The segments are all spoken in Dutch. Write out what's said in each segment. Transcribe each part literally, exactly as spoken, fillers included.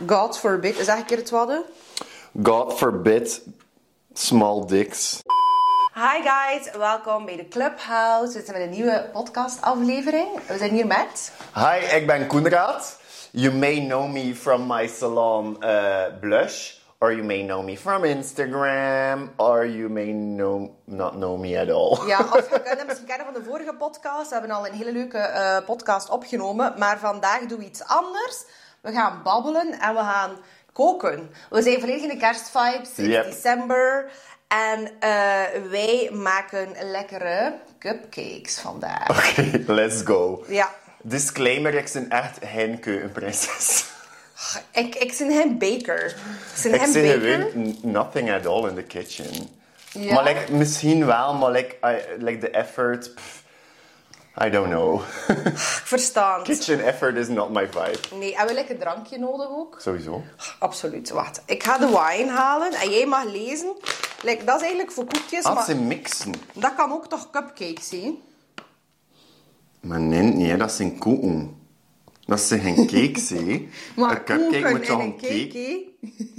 God forbid. Zeg een keer het wadden. God forbid small dicks. Hi guys, welkom bij de Clubhouse. We zijn met een nieuwe podcastaflevering. We zijn hier met... Hi, ik ben Koenraad. You may know me from my salon uh, Blush. Or you may know me from Instagram. Or you may know, not know me at all. Ja, of je kunt hem misschien kennen van de vorige podcast. We hebben al een hele leuke uh, podcast opgenomen. Maar vandaag doen we iets anders. We gaan babbelen en we gaan koken. We zijn volledig in de kerstvibes. Het is Yep. december. En uh, wij maken lekkere cupcakes vandaag. Oké, okay, let's go. Ja. Disclaimer, ik ben echt geen keukenprinses. Ik, ik ben geen baker. Ik ben Ik geen zie baker. gewoon nothing at all in the kitchen. Ja. Maar like, misschien wel, maar like, I, like the effort... Pff, I don't know. Ik versta het. Kitchen effort is not my vibe. Nee, hebben we lekker drankje nodig ook? Sowieso. Absoluut. Wacht, ik ga de wine halen en jij mag lezen. Like, dat is eigenlijk voor koekjes, Als maar ze mixen. dat kan ook toch cupcakes zijn? Maar nee, nee, dat zijn koeken. Dat zijn geen cakes, hè. Maar een cupcake koeken moet toch en een een cake, cake...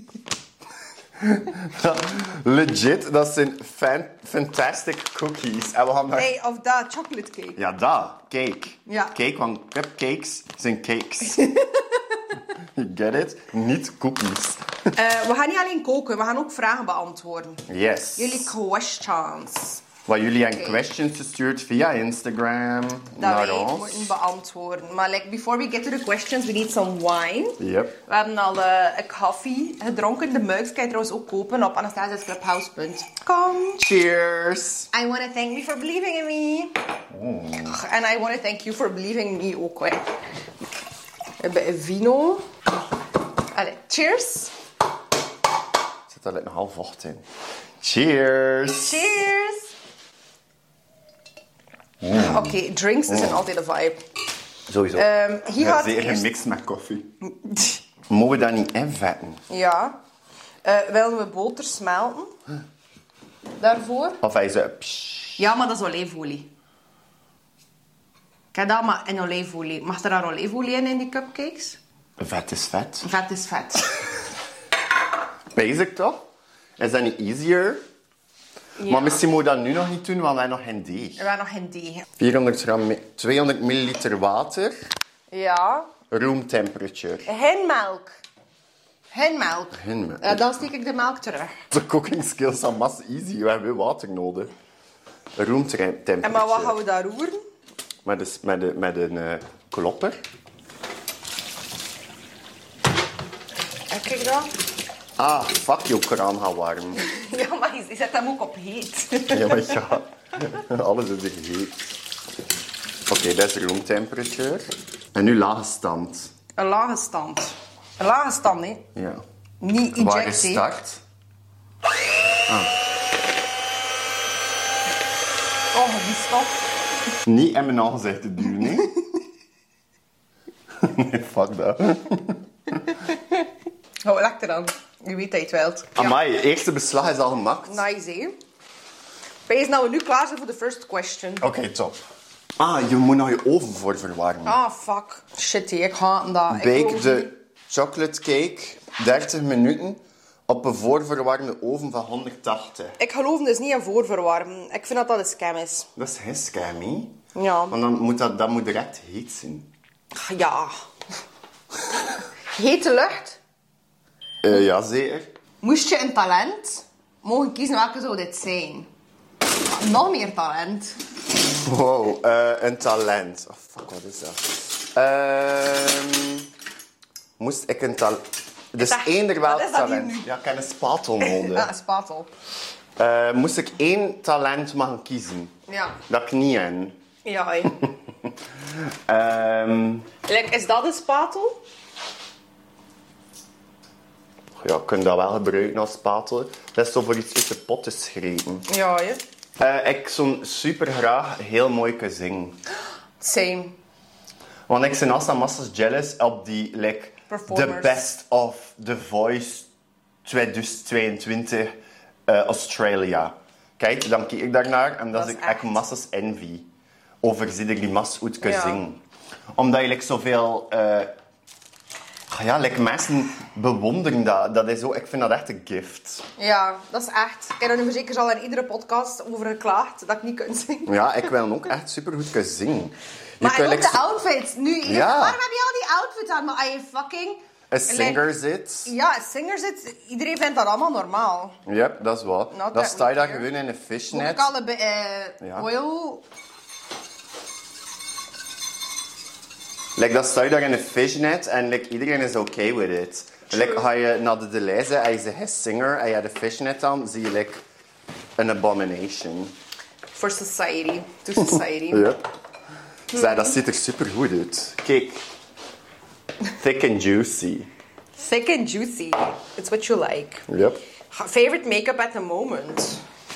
hè? Legit, dat zijn fan fantastic cookies. En we gaan daar... Hey, of dat, chocolate cake. Ja, dat. Cake. Ja. Cake, want cupcakes zijn cakes. You get it? Niet cookies. Uh, we gaan niet alleen koken, we gaan ook vragen beantwoorden. Yes. Jullie questions. Wat jullie aan Oké. questions gestuurd via Instagram Dat naar wij ons. moeten beantwoorden. Maar like, before we get to the questions, we need some wine. Yep. We hebben al uh, een koffie gedronken. De mugs kan je trouwens ook kopen op anastasias clubhouse punt com. Cheers. I want to thank you for believing in me. Oh. And I want to thank you for believing in me ook. Hè. We hebben een vino. Allee, cheers. Er zit al een half vocht in. Cheers. Cheers. Oké, okay, drinks zijn Mm. altijd een vibe. Sowieso. Um, hier Ja, gaat zeer eerst... gemixt met koffie. Mogen we dat niet invetten? Ja. Uh, willen we boter smelten? Daarvoor? Of hij zei... psh. Ja, maar dat is olijfolie. Ik heb dat maar in olijfolie. Mag er daar olijfolie in, in die cupcakes? Vet is vet. Vet is vet. Basic toch? Is dat niet easier? Ja. Maar misschien moet je dat nu nog niet doen, want wij hebben nog geen deeg. We hebben nog geen deeg. vierhonderd gram, tweehonderd milliliter water. Ja. Room temperature. Geen melk. Geen melk. Geen melk. Uh, dan steek ik de melk terug. De cooking skills zijn massa easy. We hebben water nodig. Room temperature. En maar wat gaan we daar roeren? Met, de, met, de, met een uh, klopper. En kijk dan. Ah, fuck, je kraan gaat warm. Ja, maar je zet hem ook op heet. Ja, maar ja. Alles is er heet. Oké, okay, dat is room temperature. En nu lage stand. Een lage stand. Een lage stand, hè. Ja. Niet Waar eject, is hè. start? Oh, die stop. Niet in mijn aangezicht te duwen, hè? Nee, fuck dat. Oh, lekker dan. Je weet dat je het wilt. Ja. Amai, eerste beslag is al gemaakt. Nice, hè. Wees nou we nu klaar zijn voor de first question. Oké, okay, top. Ah, je moet nog je oven voor verwarmen. Ah, fuck. Shit, hè. Ik haat dat. Ik Bake geloof de niet. chocolate cake dertig minuten op een voorverwarmde oven van honderdtachtig. Ik geloof dus niet aan voorverwarmen. Ik vind dat dat een scam is. Dat is geen scam, hè? Ja. Want dan moet dat, dat moet direct heet zijn. Ja. Hete lucht. Uh, ja, zeker. Moest je een talent mogen kiezen, welke zou dit zijn? Nog meer talent. Wow, uh, een talent. Oh, fuck, wat is dat? Ehm moest ik een talent... Dus Dat- eender welk wat is dat hier talent. nu? Ja, ik heb een spatel nodig. Ja, een spatel. Uh, moest ik één talent mogen kiezen? Ja. Dat knieën. Ja, hè. Ehm Like, is dat een spatel? ja, ik kan dat wel gebruiken als spatel. Dat is zo voor iets uit de pot te schrijven. Ja, hè. Uh, ik zou super graag heel mooi kunnen zingen. Same. Want ik ben altijd massas jealous op die, like, Performers. the best of The Voice tweeduizend tweeëntwintig uh, Australia. Kijk, dan kijk ik daarnaar en dat, Dat is is ik echt echt. massas envy. Over zie ik die mass goed kunnen Ja. zingen. Omdat je like, zoveel... Uh, Ja, like, mensen bewonderen dat. Dat is zo, ik vind dat echt een gift. Ja, dat is echt. Ik heb er nu zeker al in iedere podcast over geklaagd dat ik niet kan zingen. Ja, ik wil ook echt supergoed kunnen zingen. Je Maar kunt, en ook like, de outfits. Nu, iedereen, Ja. waarom heb je al die outfits aan? Maar als je fucking... een singer zit. Ja, een singer zit. Iedereen vindt dat allemaal normaal. Ja, dat is wat. Not Dan that sta je we daar care. gewoon in een Moet fishnet. ik alle be- eh, Ja. oil... Like, dan sta je daar in een fishnet en like, iedereen is oké okay with it. Like, ga je naar de Deleuze en je zegt hey, singer en je hebt de fishnet aan, zie je like, een abomination. For society. To society. Ja. Zeg, dat ziet er super goed uit. Kijk. Thick and juicy. Thick and juicy. It's what you like. Yep. Favorite makeup at the moment?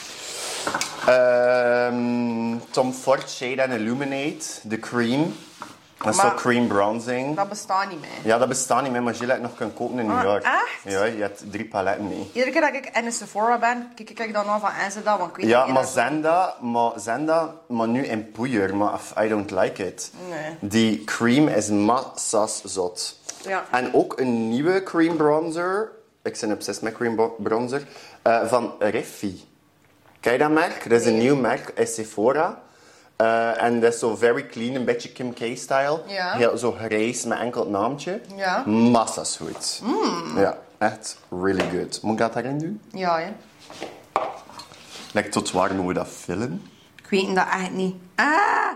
Um, Tom Ford Shade and Illuminate. De cream. Dat is zo Maar- cream bronzing. Dat bestaat niet meer. Ja, dat bestaat niet meer, maar Gilles nog kunnen kopen in New Ah, York. echt? Ja, je hebt drie paletten mee. Iedere keer dat ik in een Sephora ben, kijk ik dan af van Enzeda, want ik weet Ja, niet maar dat- Zenda, maar Zenda, maar nu in poeier, maar I don't like it. Nee. Die cream is massas zot. Ja. En ook een nieuwe cream bronzer, ik ben obsessed met cream bo- bronzer, uh, van Riffi. Ken je dat merk? Dat is een Nee. nieuw merk, is Sephora. Uh, en dat is zo very clean, een beetje Kim K-style. Ja. Heel zo grijs met enkel het naamtje. Ja. Massas goed. Ja, echt really good. Moet ik dat daarin doen? Ja, hè. Like, tot waar moeten we dat vullen? Ik weet dat echt niet. Ah!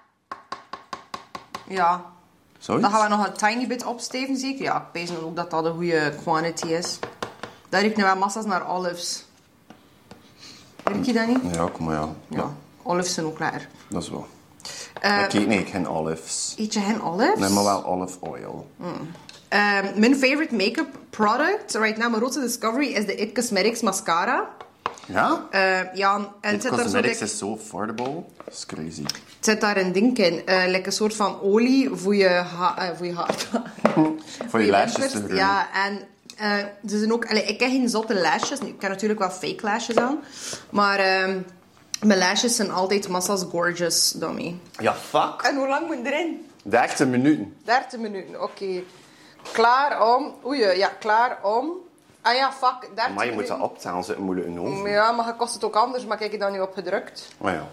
Ja. Zoiets? Dan gaan we nog een tiny bit opsteven, zeker? Ja, ik pees ook dat dat een goede quantity is. Dat riekt nu wel massa's naar olives. Riek je dat niet? Ja, kom maar ja. Ja. Olives zijn ook lekker. Dat is wel. Eh, ik eet niet, geen olives. Eet je geen olives? Nee, maar wel olive oil. Ehm, mijn favorite make-up product right now, mijn grootste discovery, is de It Cosmetics mascara. Ja? Eh, ja, en het zit, daar zo, Cosmetics like- is zo affordable. Dat is crazy. het zit daar een ding in. eh like een soort van olie voor je, ha eh, voor je haar. Voor je lashes wimpers. te groeien. Ja, en eh, ze zijn ook... Allee, ik heb geen zotte lashes. Nu, ik heb natuurlijk wel fake lashes aan. Maar ehm, mijn lashes zijn altijd massas gorgeous, dummy. Ja, fuck. En hoe lang moet erin? dertig minuten. dertig minuten, oké. Klaar om... Oei, ja, klaar om... Ah ja, fuck, dertig Maar je moet minuten. dat optellen, zitten moeilijk in oven. Ja, maar het kost het ook anders. Maar kijk, ik dan nu op gedrukt. Maar ja.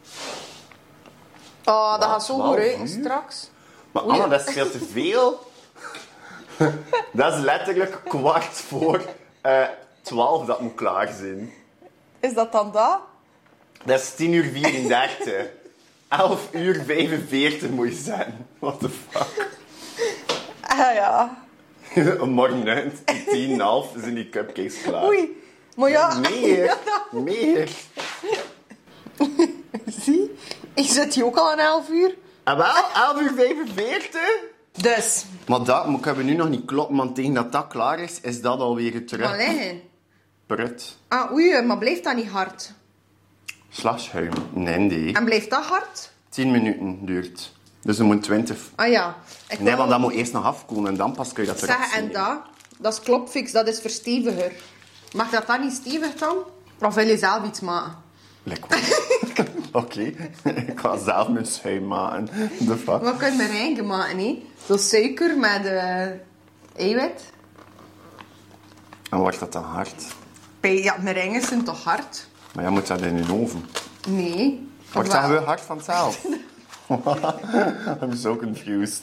Oh, dat Wat? gaat zo twaalf goed ruiken uur? straks. Maar Oei. Anna, dat is veel te veel. Dat is letterlijk kwart voor eh, twaalf dat moet klaar zijn. Is dat dan dat? Dat is tien uur vierendertig. elf uur vijfenveertig moet je zijn. What the fuck? Ah ja. Morgen uit, tien en half zijn die cupcakes klaar. Oei. Maar ja... Meer, Ja, meer. zie, ik zit hier ook al een half uur. En wel, elf uur vijfenveertig? Dus, Maar dat moet ik nu nog niet kloppen, want tegen dat dat klaar is, is dat alweer terug. maar liggen. Prut. Ah, oei, maar blijft dat niet hard? Slagschuim. Nee, nee. En blijft dat hard? tien minuten duurt. Dus er moet twintig... Ah ja. Ik Nee, wil want dat moet eerst nog afkoelen en dan pas kun je dat terug zeggen, en zien. dat, dat is klopfix, dat is versteviger. Mag dat dan niet stevig dan? Of wil je zelf iets maken? Lekker. Oké, ik ga zelf mijn schuim maken. De fuck. Wat kun je met rijngen maken, hè? Zo suiker met uh, eiwit. En wordt dat dan hard? Bij- Ja, meringues zijn toch hard? Maar jij moet dat in een oven. Nee. Wordt Of dat wel? weer hard vanzelf? I'm so confused.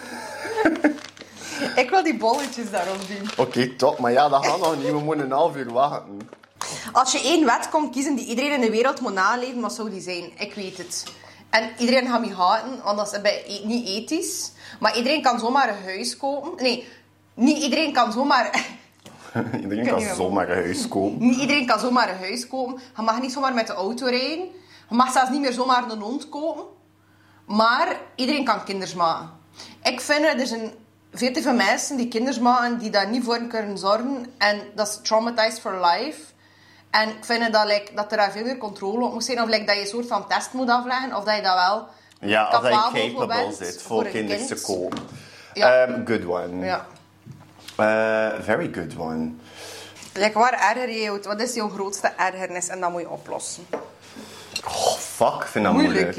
Ik wil die bolletjes daarop doen. Oké, top. Maar ja, dat gaat nog niet. We moeten een half uur wachten. Als je één wet kon kiezen die iedereen in de wereld moet naleven, wat zou die zijn? Ik weet het. En iedereen gaat me haten, want dat is bij- e- niet ethisch. Maar iedereen kan zomaar een huis kopen. Nee, niet iedereen kan zomaar... Iedereen niet kan meer. zomaar een huis kopen. Niet iedereen kan zomaar een huis kopen. Je mag niet zomaar met de auto rijden. Je mag zelfs niet meer zomaar een hond kopen. Maar iedereen kan kinders maken. Ik vind er, er zijn veel te veel mensen die kinders maken die daar niet voor kunnen zorgen. En dat is traumatized for life. En ik vind dat, like, dat er daar veel meer controle op moet zijn. Of like, dat je een soort van test moet afleggen. Of dat je dat wel Ja, als je capabel voor capable bent zit voor voor een kinderen te kind. kopen. Ja. Um, good one. Ja. Uh, very good one. Like, waar erger je je? Wat is jouw grootste ergernis? En dat moet je oplossen. Oh, fuck, ik vind dat Moeilijk, moeilijk. hè?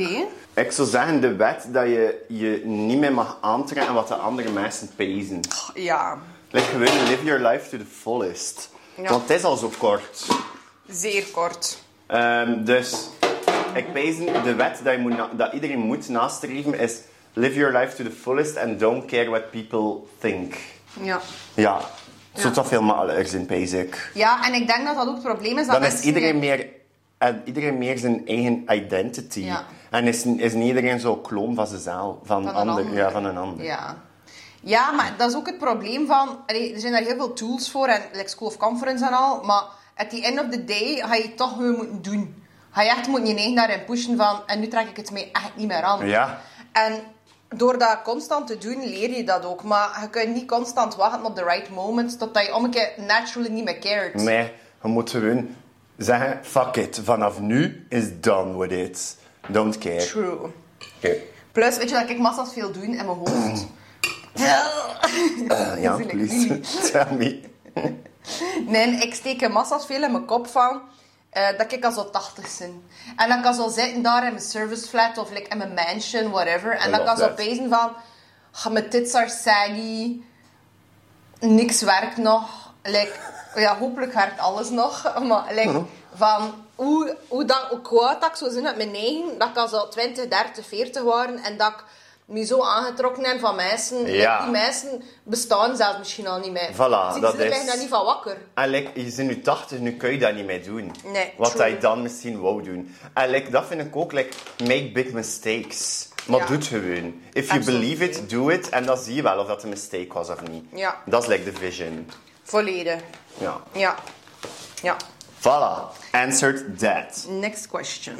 Ik zou zeggen, de wet dat je je niet meer mag aantrekken wat de andere mensen pezen. Ja. Like gewoon live your life to the fullest. Ja. Want het is al zo kort. Zeer kort. Um, dus ik pezen, de wet dat, je moet na- dat iedereen moet nastreven is live your life to the fullest and don't care what people think. Ja. Ja, Ja. zou toch veel makkelijker zijn, pees ik. Ja, en ik denk dat dat ook het probleem is. Dat Dan is mensen- iedereen meer, en iedereen meer zijn eigen identity. Ja. En is, is niet iedereen zo kloon van zichzelf, van, Van een ander, ander. Ja, van een ander. Ja. Ja, maar dat is ook het probleem van... allee, er zijn daar heel veel tools voor, en like School of Conference en al, maar at the end of the day ga je het toch weer moeten doen. Ga je echt moeten je eigen daarin pushen van, en nu trek ik het mij echt niet meer aan. Ja. En door dat constant te doen, leer je dat ook. Maar je kunt niet constant wachten op the right moment, totdat je om een keer naturally niet meer cared. Nee, je moet gewoon zeggen, fuck it, vanaf nu is done with it. Don't care. True. Okay. Plus, weet je dat ik massa's veel doe in mijn hoofd? Uh, ja, Dat is please. Tell me. Nee, ik steek er massa's veel in mijn kop van uh, dat ik al zo tachtig ben. En dan kan zo zitten daar in mijn service flat of like in mijn mansion, whatever. En I dan love kan zo that. pezen van, "Ah, mijn tits are saggy, niks werkt nog. Like, ja, hopelijk werkt alles nog. Maar like, van hoe, hoe, dat, hoe kwaad dat ik zo zin met mijn eigen, dat ik al zo twintig, dertig, veertig waren en dat ik me zo aangetrokken heb van mensen. Ja. Like, die mensen bestaan zelfs misschien al niet meer. Voilà, Zie, dat ze liggen is- daar niet van wakker. En like, je bent nu tachtig, nu kun je dat niet meer doen. Nee, Wat true. dat je dan misschien wou doen. En like, dat vind ik ook, like, make big mistakes. Maar Ja. doe het gewoon. If you Absolutely. believe it, do it. En dan zie je wel of dat een mistake was of niet. Ja. Dat is like de vision. Volledig. Ja. Ja. Ja. Voilà. Answered that. Next question.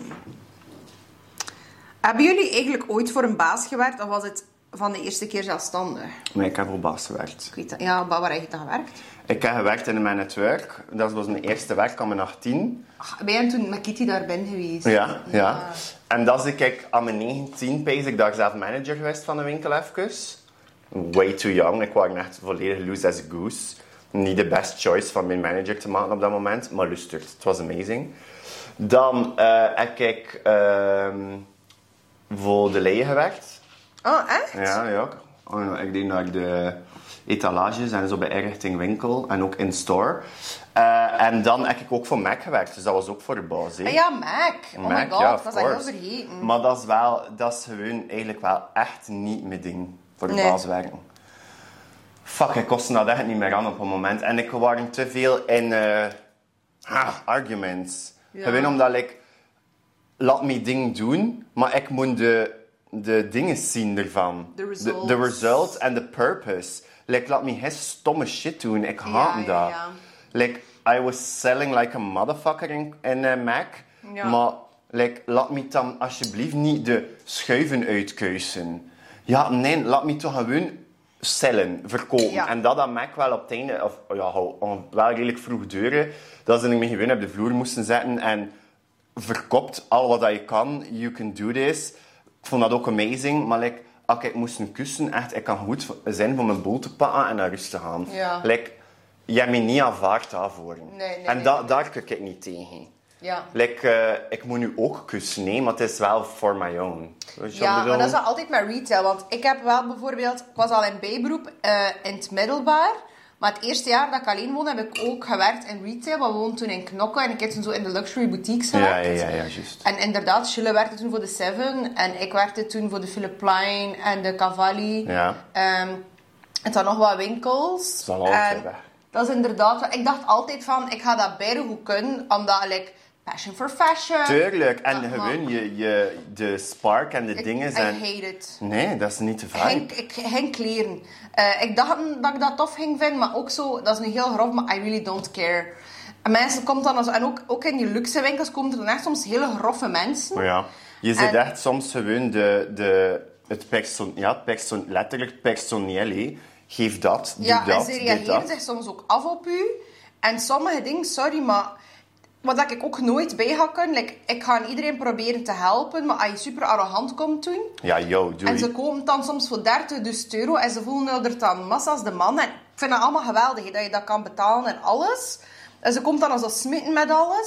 Hebben jullie eigenlijk ooit voor een baas gewerkt of was het van de eerste keer zelfstandig? Maar ik heb voor baas gewerkt. Ik weet dat. Ja, maar waar heb je dan gewerkt? Ik heb gewerkt in een Man at Work. Dat was mijn eerste werk aan mijn achttien. Ach, ben je toen met Kitty daar bent geweest? Ja, ja. En dat is ik aan mijn negentien, ben ik daar zelf manager geweest van de winkel even. Way too young. Ik was echt volledig loose as a goose. Niet de best choice van mijn manager te maken op dat moment, maar lusterd. Het was amazing. Dan uh, heb ik uh, voor de Leyen gewerkt. Oh, echt? Ja, ja. Oh, ik deed naar de etalages en zo bij richting winkel en ook in store. Uh, en dan heb ik ook voor Mac gewerkt, dus dat was ook voor de baas. hè. Ah, ja, Mac. Oh my Mac, god, ja, of dat is heel course. vergeten. Maar dat is wel, dat is gewoon eigenlijk wel echt niet mijn ding voor de Nee. baas werken. Fuck, ik kostte dat echt niet meer aan op een moment. En ik was te veel in uh, ah, arguments. Ja. Gewoon omdat ik laat me ding doen, maar ik moet de, de dingen zien ervan. De De, results. de result en de purpose. Like, laat me geen stomme shit doen. Ik haat Ja, dat. ja, ja. Like, I was selling like a motherfucker in, in uh, Mac. Ja. Maar like, laat me dan alsjeblieft niet de schuiven uitkuisen. Ja, nee, laat me toch gewoon cellen, verkopen. Ja. En dat aan Mac wel op het einde, of ja, al- al wel redelijk vroeg deuren, dat ze me gewoon op de vloer moesten zetten en verkoopt al wat dat je kan. You can do this. Ik vond dat ook amazing, maar like, als ik moest een kussen, echt, ik kan goed zijn van mijn boel te pakken en naar rust te gaan. Ja. Like, je hebt me niet aanvaard daarvoor. Nee, nee, en nee, da- nee. daar kijk ik niet tegen. Ja. Like, uh, ik moet nu ook kussen, nee, maar het is wel for my own. Weet je wat Ja, ik maar bedoel? dat is wel altijd met retail. Want ik heb wel bijvoorbeeld... Ik was al in bijberoep uh, in het middelbaar. Maar het eerste jaar dat ik alleen woonde, heb ik ook gewerkt in retail. We woonden toen in Knokke en ik heb toen zo in de luxury boutiques Ja, gewerkt. ja, ja, ja, juist. En inderdaad, Jules werkte toen voor de Seven. En ik werkte toen voor de Philip Plein en de Cavalli. Ja. Um, en dan nog wat winkels. Dat is al altijd En weg. dat is inderdaad... Ik dacht altijd van, ik ga dat beide goed kunnen. Omdat, like, passion for fashion. Tuurlijk. En Ja, maar- gewoon je, je, de spark en de Ik, dingen I zijn... hate it. Nee, dat is niet te vibe. Geen, ik, geen kleren. Uh, ik dacht dat ik dat tof ging vinden, maar ook zo, dat is nu heel grof, maar I really don't care. En mensen komen dan, als, en ook, ook in die luxe winkels komen er dan echt soms hele grove mensen. Maar ja, je ziet En- echt soms gewoon de, de, het, persoon, ja, het persoon, letterlijk het personeel. Hè. Geef dat, doe Ja, dat, en ze dit reageren dat. zich soms ook af op u. En sommige dingen, sorry, maar wat dat ik ook nooit bij ga kunnen, like, ik ga aan iedereen proberen te helpen, maar als je super arrogant komt doen, Ja, yo, doe en ze komen dan soms voor dertig euro en ze voelen er dan massa's de man. En ik vind dat allemaal geweldig, hè, dat je dat kan betalen en alles. En ze komt dan als dat smitten met alles.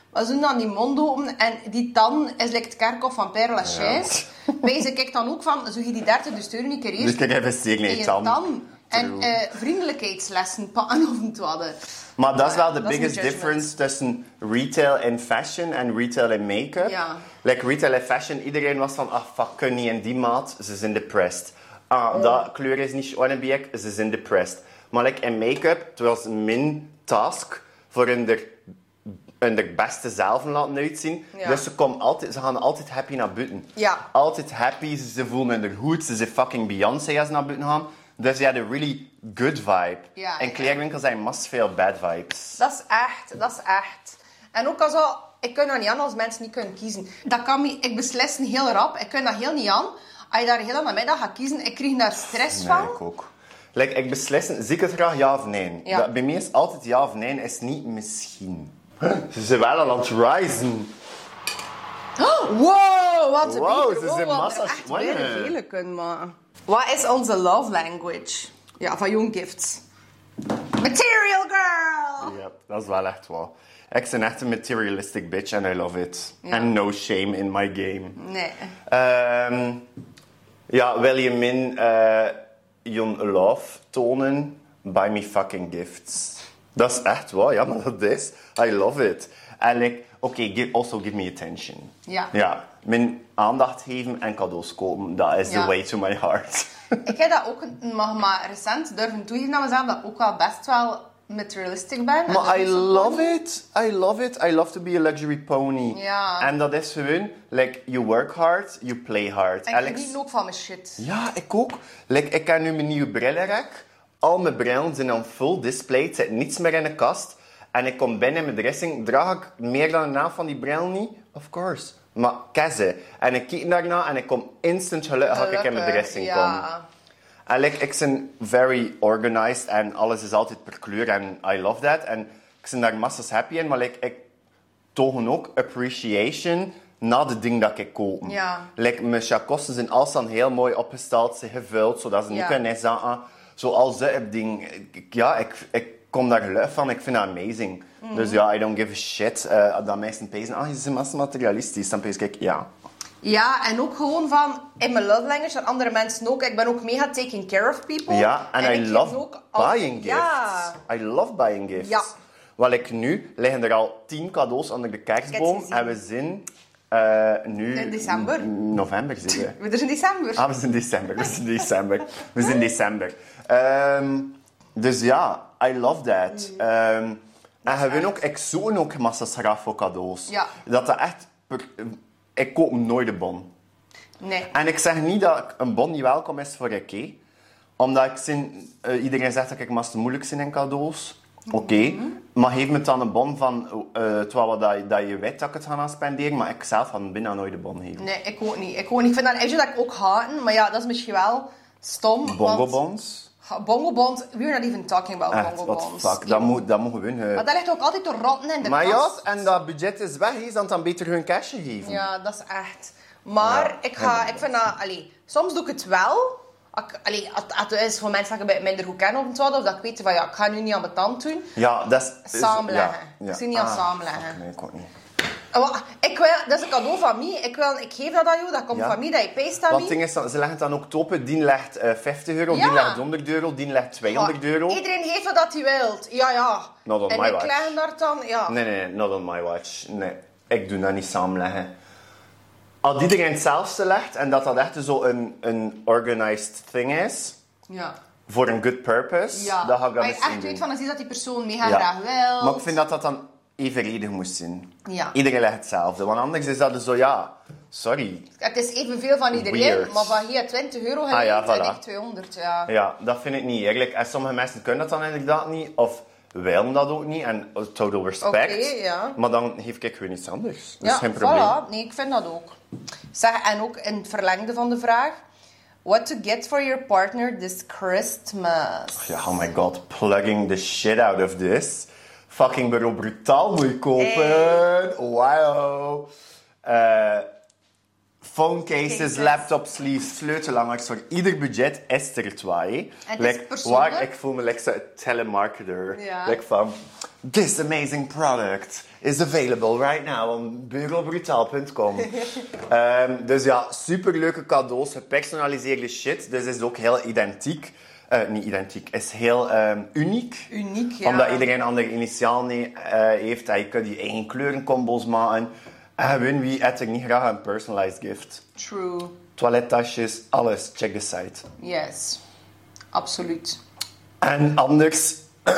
Maar ze doen dan die mond open en die tan is like het kerkhof van Père Lachaise. Ja. Wijze ik dan ook van, zo je die dertig euro een keer eerst. Dus kijk even zeker in niet je tan. tan. En uh, vriendelijkheidslessen pakken of niet wat. Maar dat is wel de dat is biggest een difference tussen retail en fashion en retail en make-up. Ja. Like retail en fashion, iedereen was van, ah fuck, kun niet in die maat, ze zijn depressed. Ah, oh. dat kleur is niet wannabe, ze zijn depressed. Maar like in make-up, het was mijn task voor hun er, hun er beste zelf laten uitzien. Ja. Dus ze, komen altijd, ze gaan altijd happy naar buiten. Ja. Altijd happy, ze, ze voelen hun goed, ze zijn fucking Beyoncé als ze naar buiten gaan. Dus je had een really good vibe. Ja, en kleerwinkels zijn mast veel bad vibes. Dat is echt, dat is echt. En ook als al, ik kan dat niet aan als mensen niet kunnen kiezen. Dat kan me, ik beslis heel rap, ik kan dat heel niet aan. Als je daar heel aan de middag gaat kiezen, ik krijg daar stress van. Nee, ik ook. Like, ik beslis, zie ik het graag ja of nee? Ja. Dat, bij mij is altijd ja of nee, is niet misschien. Ze zijn wel al aan het risen. Oh, wow, wat een Wow, beker. ze zijn wow, massa echt schwanger. weer vele kunnen maken. Wat is onze love language? Ja, van Young Gifts. Material girl! Ja, dat is wel echt wel. Ik ben echt een materialistic bitch and I love it. Ja. And no shame in my game. Nee. Um, ja, wil je min uh, your love tonen? Buy me fucking gifts. Dat is echt waar, ja, maar dat is. I love it. En like, oké, okay, give, also give me attention. Ja. Ja, mijn aandacht geven en cadeaus kopen, dat is Ja. the way to my heart. Ik heb dat ook mag maar recent durven toegeven aan mezelf, dat ik ook wel best wel materialistic ben. En dat Maar I is zo love funny. it. I love it. I love to be a luxury pony. Ja. En dat is gewoon, like, you work hard, you play hard. En ik geniet ook van mijn shit. Ja, ik ook. Like, ik heb nu mijn nieuwe brillenrek. Al mijn brillen zijn aan full display. Er zit niets meer in de kast. En ik kom binnen in mijn dressing. Draag ik meer dan een helft van die brillen niet? Of course. Maar kennen. En ik kijk daarna en ik kom instant gelukkig als ik in mijn dressing ja. kom. En like, ik ben very organized en alles is altijd per kleur en I love that. En ik ben daar massas happy in, maar like, ik toon ook appreciation na de dingen dat ik koop. Ja. Like, mijn chakosten zijn alles dan heel mooi opgesteld, ze gevuld, zodat ze niet Ja. kunnen zaten. Zoals dat ding. Ik- Ja, ik, ik kom daar gelukkig van, ik vind dat amazing. Mm. Dus ja, I don't give a shit. Uh, dat mensen pezen, ah, je bent massa materialistisch. Dan pees ik, ja. Ja, en ook gewoon van, in mijn love language, en andere mensen ook. Ik ben ook mega taking care of people. Ja, en, ik I geef love ook al- buying gifts. Ja. I love buying gifts. Ja. Wel, ik nu liggen er al tien cadeaus onder de kerstboom Ik heb ze en we zijn uh, nu... In december? n- November zitten we. We zijn in december. Ah, we zijn december. We zijn december. We zijn december. Um, dus ja, I love that. Um, en je weet ook, ik zoek ook massa's graag voor cadeaus. Ja. Dat dat echt... per- Ik koop nooit een bon. Nee. En ik zeg niet dat ik een bon niet welkom is voor ik. Omdat ik zin, uh, iedereen zegt dat ik mast moeilijk zijn in cadeaus. Oké. Okay. Mm-hmm. Maar geef me dan een bon van uh, het wat dat, je- dat je weet dat ik het ga aan spenderen. Maar ik zelf ga bijna nooit een bon geven. Nee, ik ook niet. Ik, ook niet. Ik vind dat een issue dat ik ook haten, maar ja, dat is misschien wel stom. Bongo want- bons? Bongo bonds, we're not even talking about Echt, bongo what bonds. the fuck. Dat moet, dat moet gewoon... Uh... Maar dat ligt ook altijd te rotten in de Maar ja, kast. en dat budget is weg. Je dan dan beter hun cashje geven. Ja, dat is echt. Maar Ja, ik, ga, ja, ik vind dat... Allee, soms doe ik het wel. Ik, allee, als als het is voor mensen dat ik minder goed ken of wat, of dat ik weet van ja, ik ga nu niet aan mijn tand doen. Ja, dat is... is- Samenleggen. Ja, ja. Ik zie niet aan Ah, samenleggen. fuck, nee, ik ook niet. Wa- Ik wil, dat is een cadeau van mij. Ik, wil, ik geef dat aan jou, dat komt Ja. van mij, dat je peest aan Want het mij. ding is, dan- ze leggen het dan ook topen. Die legt uh, vijftig euro, Ja. die legt honderd euro, die legt tweehonderd euro. Iedereen heeft wat hij wil. Ja, ja. Not on en my ik watch. leg daar dan, ja. Nee, nee, not on my watch. Nee, ik doe dat niet samenleggen. Als iedereen hetzelfde legt en dat dat echt zo een, een organized thing is, Ja. voor een good purpose, Ja. dan ga ik dat maar je misschien echt doen. weet van, dan zie je dat die persoon mega Ja. graag wil. Maar ik vind dat dat dan evenredig moest zijn. Ja. Iedereen legt hetzelfde, want anders is dat dus zo, ja, sorry. Het is evenveel van iedereen, Weird. maar van hier twintig euro Ah, ja, geleend en voilà. ik tweehonderd, ja. Ja, dat vind ik niet eerlijk. En sommige mensen kunnen dat dan inderdaad niet, of willen dat ook niet, en uh, total respect. Oké, ja. Maar dan geef ik gewoon iets anders. Dat Ja, is geen probleem. voilà. Nee, ik vind dat ook. Zeg, en ook in het verlengde van de vraag. What to get for your partner this Christmas? Ja, oh my god, plugging the shit out of this. Fucking bureau brutaal moet je kopen. Hey. Wow. Uh, phone cases, Cases. laptop sleeves, sleutelhangers voor ieder budget is er twee. En het is Like, persoonlijk. waar ik voel me like zo'n telemarketer. Ja. Like van, This amazing product is available right now on burgelbrutaal punt com. um, dus ja, superleuke cadeaus, gepersonaliseerde shit. Dus is ook heel identiek. Uh, niet identiek, is heel um, uniek. Uniek, ja. Omdat iedereen een andere initiaal nee, uh, heeft. En je kunt je eigen kleurencombos maken. En uh, wie heeft er niet graag een personalized gift? True. Toilettasjes, alles. Check the site. Yes. Absoluut. En anders...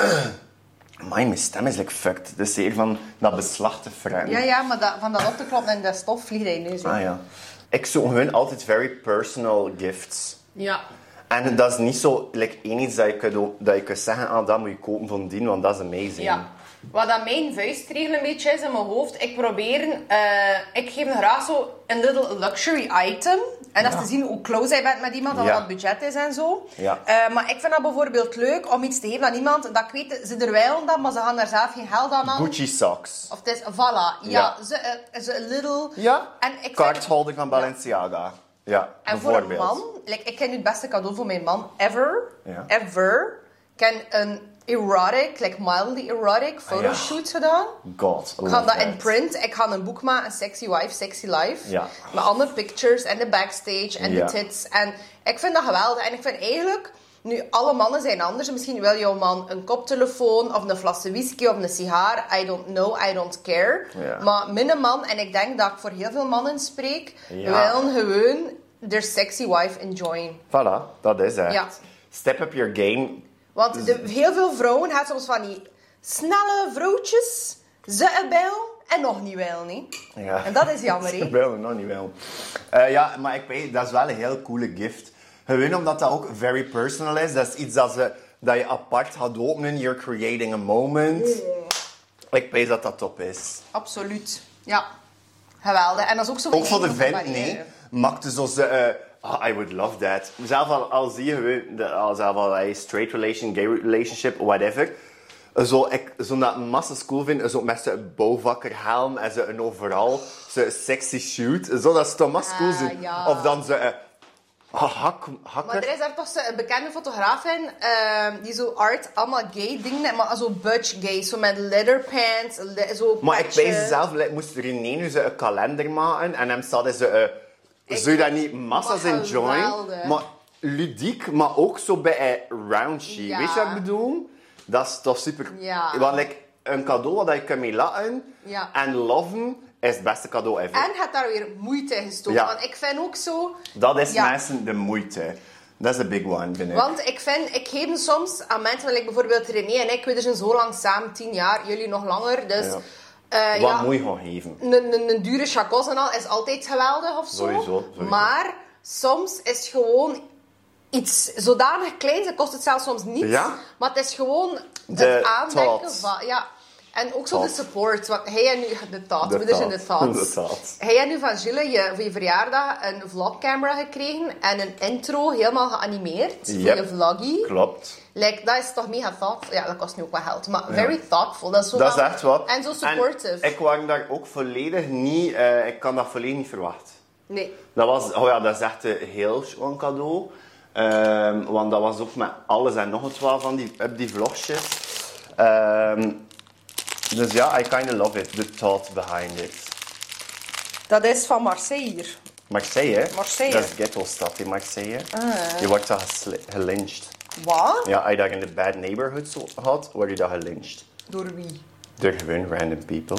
Amai, mijn stem is like fucked. Dus zeker van dat beslag te fretten. Ja, ja, maar dat, van dat op te kloppen en dat stof vliegt hij nu. Ah ja. Ik zoek gewoon altijd very personal gifts. Ja. En dat is niet zo like, één iets dat je kunt, dat je kunt zeggen, ah, dat moet je kopen van die, want dat is amazing. Ja. Wat dat mijn vuistregel een beetje is in mijn hoofd, ik probeer, uh, ik geef graag zo een little luxury item. En dat is Ja. te zien hoe close je bent met iemand, en Ja. wat dat budget is en zo. Ja. Uh, maar ik vind dat bijvoorbeeld leuk om iets te geven aan iemand, dat ik weet, ze er wel dan, maar ze gaan daar zelf geen geld aan aan. Gucci socks. Of het is, voilà, ja, Ja. ze, uh, ze een little... Ja, En ik vind- kaartholder van Balenciaga. Ja, En voor een bijvoorbeeld. man, like, ik ken nu het beste cadeau voor mijn man ever, Ja. ever, ik heb een erotic, like mildly erotic photoshoot gedaan. God, I Ik ga love dat in that. print. Ik ga een boek maken, Sexy Wife, Sexy Life. Ja. Met andere pictures en de backstage en Ja. de tits. En ik vind dat geweldig. En ik vind eigenlijk, nu alle mannen zijn anders. Misschien wil jouw man een koptelefoon of een fles whisky of een sigaar. I don't know, I don't care. Ja. Maar mijn man, en ik denk dat ik voor heel veel mannen spreek, Ja. willen gewoon their sexy wife enjoyen. Voilà, dat is het. Ja. Step up your game. Want de, heel veel vrouwen hebben soms van die snelle vrouwtjes, ze een bijl en nog niet wel, niet? Ja. En dat is jammer, hè? Wel, nog niet wel. Uh, ja, maar ik weet, dat is wel een heel coole gift. Gewoon omdat dat ook very personal is. Dat is iets dat, ze, dat je apart gaat openen. You're creating a moment. Ik weet dat dat top is. Absoluut. Ja. Geweldig. En dat is ook zo... Ook voor de een vent, barrière. nee. Maakte zo ze... Uh, oh, I would love that. Zelf al, al zie je gewoon... de- al- Zelf al een straight relation, gay relationship, whatever. Zo, ik zo dat massa cool vind. Zo met zo'n bouwvakkerhelm en zo een overal. Zo'n sexy shoot. Zo, dat is toch massa cool Ah, zijn. ja. Of dan zo... Uh, hak, hakker. Maar er is daar toch zo een bekende fotograaf in, ehm, die zo art, allemaal gay dingen, heeft, maar zo butch gay, zo met leather pants, le- zo Maar ik patje. weet zelf, like, moest René nu zo een kalender maken en hem staat in zo... Uh, zou je dat niet massa's Maar enjoyen? geweldig. Maar ludiek, maar ook zo bij een raunchy. Ja. Weet je wat ik bedoel? Dat is toch super... Ja. Want like, een cadeau wat je kunt mee laten Ja. en loven, is het beste cadeau ever. En gaat daar weer moeite in gestoken. Ja. Want ik vind ook zo... Dat is Ja. mensen de moeite. Dat is een big one, vind ik. Want ik vind, ik geef hem soms aan mensen, like bijvoorbeeld René en ik, we zijn zo lang samen, tien jaar, jullie nog langer. Dus Ja. eh, Wat ja, moet je gaan geven? een, een, een dure chacos en al is altijd geweldig of zo. Sowieso, sowieso. Maar soms is het gewoon iets zodanig kleins, dat kost het zelfs soms niets. Ja? Maar het is gewoon De het aandenken thought. van... Ja. En ook zo de Thought. support. Want hij en nu... De thought. De We zijn de thought. thoughts. De thought. Hij en nu van Gilles je, voor je verjaardag een vlogcamera gekregen. En een intro helemaal geanimeerd. Yep. Voor je vloggie. Klopt. Like, dat is toch mega thoughtful. Ja, dat kost nu ook wel geld. Maar very thoughtful. Dat is, zo Dat is wel- echt wat. En zo supportive. En ik was daar ook volledig niet... eh, ik kan dat volledig niet verwachten. Nee. Dat was... Oh ja, dat is echt een heel schoon cadeau. Ehm, want dat was ook met alles en nog wat wel van die, op die vlogjes. Ehm, dus ja, I kind of love it. The thought behind it. Dat is van Marseille hier. Marseille, hè? Marseille. Dat is ghetto-stad in Marseille. Je wordt daar gesli- gelyncht. Wat? Ja, als je daar in de bad neighborhood zo had, word je daar gelyncht. Door wie? Door gewoon random people.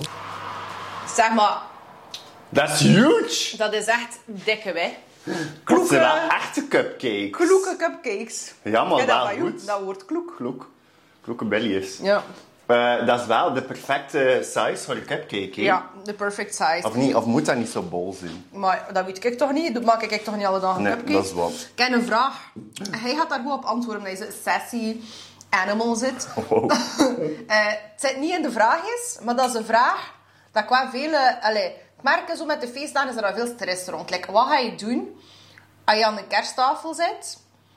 Zeg maar, That's huge! dat is echt dikke, hè. Dat zijn wel echte cupcakes. Kloeke cupcakes. Ja, maar Ja, wel dat, van jou, goed. dat wordt kloek. Kloek. Kloeke bellies. Ja. Eh, dat is wel de perfecte size voor een cupcake, hè? Ja, de perfect size. Of, niet, of moet dat niet zo bol zijn? Maar dat weet ik toch niet. Dat maak ik toch niet alle dagen Nee, cupcakes. dat is wat. Ik heb een vraag. Hij gaat daar goed op antwoorden, omdat hij zo sassy animal zit. Wow. Eh, het zit niet in de vraag is, maar dat is een vraag dat qua vele... Allee, ik merk zo met de feestdagen is er al veel stress rond. Like, wat ga je doen als je aan de kersttafel zit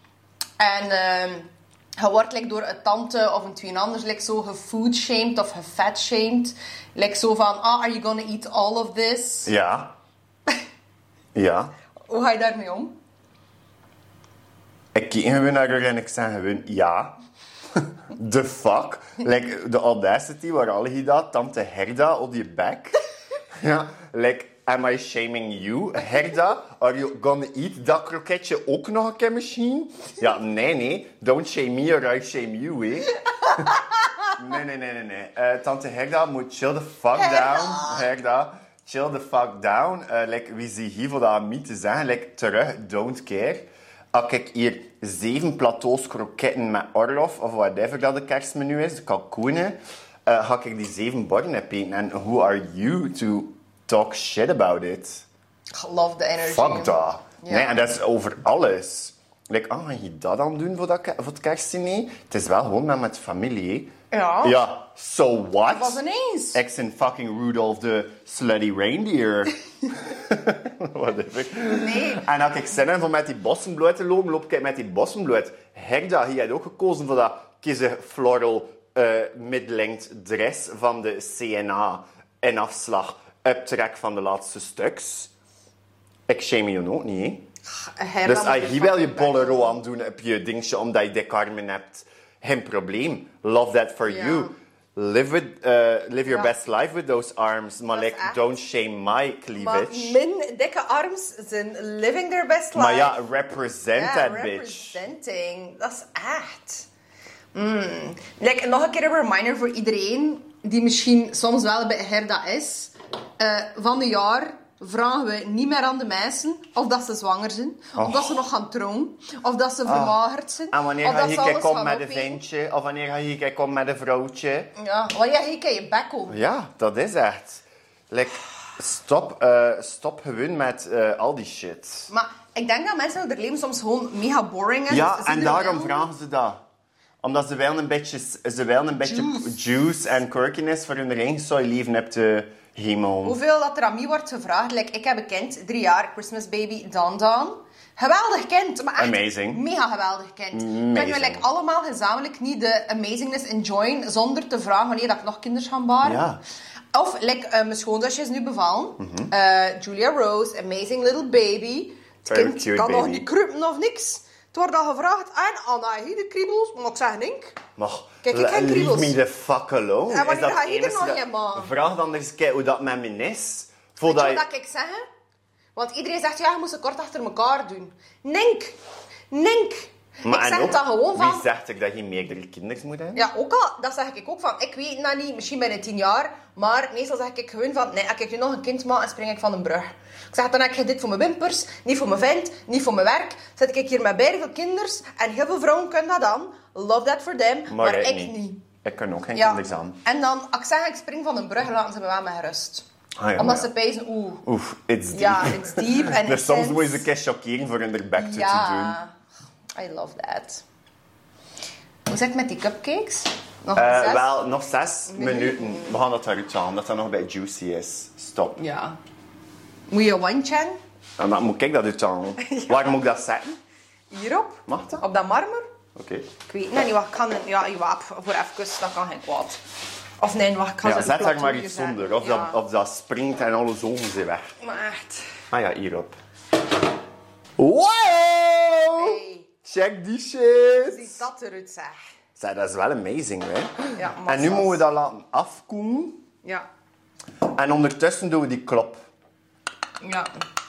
en ehm, je wordt like, door een tante of een twee anders like, zo gefood-shamed of gefat-shamed. Like zo van, ah, are you gonna eat all of this? Ja. Ja. Hoe ga je daarmee om? Ik kijk gewoon naar haar en ik zeg gewoon ja. The fuck? Like, the audacity waar alle dat, tante Herda op je bek. Ja, like, am I shaming you? Herda, are you gonna eat dat kroketje ook nog een keer misschien? Ja, nee, nee. Don't shame me or I shame you, hè. Nee, nee, nee, nee, nee. Uh, tante Herda moet chill the fuck Herda. down. Herda, chill the fuck down. Uh, like, wie zie hier voor dat aan mij te zeggen? Like, terug, don't care. Als ik hier zeven plateaus kroketten met Orlof, of whatever dat de kerstmenu is, de kalkoenen, uh, ga ik die zeven borden eten. En who are you to talk shit about it? Love the energy. Fuck dat. Ja. Nee, en dat is over alles. Like, ah, ga je dat dan doen voor, dat, voor het kerstdiner? Het is wel gewoon met, met familie, hè? Ja. Ja, so what? Dat was ineens. Ik ben fucking Rudolph the slutty reindeer. Whatever. Nee. En als ik zin heb om met die bossenbloed te lopen, loop ik met die bossenbloed. Herda, je hebt ook gekozen voor dat kiezen floral uh, mid-length dress van de C N A in afslag uptrek van de laatste stuks. Ik shame je ook niet, hè? Herda Dus moet als je je wel je fucking bolero bek aan doen op je dingetje omdat je dikke armen hebt, geen probleem. Love that for Ja. you. Live, with, uh, live your Ja. best life with those arms. Maar Dat is like, echt. don't shame my Maar cleavage. mijn dikke arms zijn living their best life. Maar ja, represent Ja, that bitch. representing. Dat is echt. Mm. Like, nog een keer een reminder voor iedereen die misschien soms wel bij Herda is. Uh, van een jaar vragen we niet meer aan de meisjes of dat ze zwanger zijn, of Oh. dat ze nog gaan trouwen, of dat ze vermagerd zijn. En wanneer of ga dat je ze alles komen gaan met een opeten. ventje? Of wanneer ga je komen met een vrouwtje? Ja, want jij gaat in je bek komen. Ja, dat is echt. Like, stop, uh, stop gewoon met uh, al die shit. Maar ik denk dat mensen hun leven soms gewoon mega boring is. Ja, Dus ze en doen daarom wel. vragen ze dat. Omdat ze wel een beetje, ze wel een beetje Juice. juice en quirkiness voor hun eigen zou leven hebt te hemel. Hoeveel dat er aan mij wordt gevraagd. Like, ik heb een kind, drie jaar, Christmas baby, Dan Dan. Geweldig kind, maar echt Amazing. mega geweldig kind. Amazing. Kunnen we like, allemaal gezamenlijk niet de amazingness enjoyen zonder te vragen wanneer dat ik nog kinderen ga baren? Ja. Of, like, uh, mijn schoonzusje is nu bevallen. Uh, Julia Rose, amazing little baby. Het Very kind cute kan nog baby. niet kruipen of niks. Het wordt al gevraagd aan Anna, hier de kriebels. Maar ik zeg niks. Maar Kijk, ik heb leave kriebels. me the fuck alone. En wanneer Is dat ga je er enige nog dat- in, man? Vraag dan eens een keer hoe dat met me is. Weet Voordat je je... wat ik zeg? Want iedereen zegt, ja, je moet ze kort achter elkaar doen. Nink. Nink. Maar ik en zeg ook, dan gewoon van... wie zegt er dat je meerdere kinderen moet hebben? Ja, ook al, dat zeg ik ook van, ik weet dat niet, misschien binnen tien jaar, maar meestal zeg ik gewoon van, nee, als ik nu nog een kind maak, dan spring ik van een brug. Ik zeg, dan heb ik dit voor mijn wimpers, niet voor mijn vent, niet voor mijn werk. Zet ik hier met bij veel kinders, en heel veel vrouwen kunnen dat dan. Love that for them, maar, Maar ik ik niet. niet. Ik kan ook geen Ja. kinderen aan. En dan, als ik zeg, ik spring van een brug, laten ze me wel met rust. Ah, ja, Omdat ja. ze pijzen, oeh, Oef, it's deep. ja, it's deep en Dus soms intense. moet je ze een keer chockeren voor hun er back to te doen. Ja, I love that. Hoe zit het met die cupcakes? Nog Eh, zes? wel, nog zes minuten. We gaan dat eruit halen, omdat dat nog een beetje juicy is. Stop. Ja. Moet je een wandje hebben? En dan moet ik dat uithalen. Waar moet ik dat zetten? Hierop? Mag dat? Op dat marmer? Oké. Ik weet niet, wacht, ik kan een, ja, je waap voor even, dat kan geen kwaad. Of nee, wacht, ik ga Ja, ze zet een daar maar plateau iets zetten. zonder. Of, Ja. dat, of dat springt en alle ogen zijn weg. Maar echt. Ah ja, hierop. Wow! Hey, Check die shit! ziet dat eruit, zeg. Zeg, dat is wel amazing, hè? Ja, En nu massas. moeten we dat laten afkoelen. Ja. En ondertussen doen we die klop. Ja.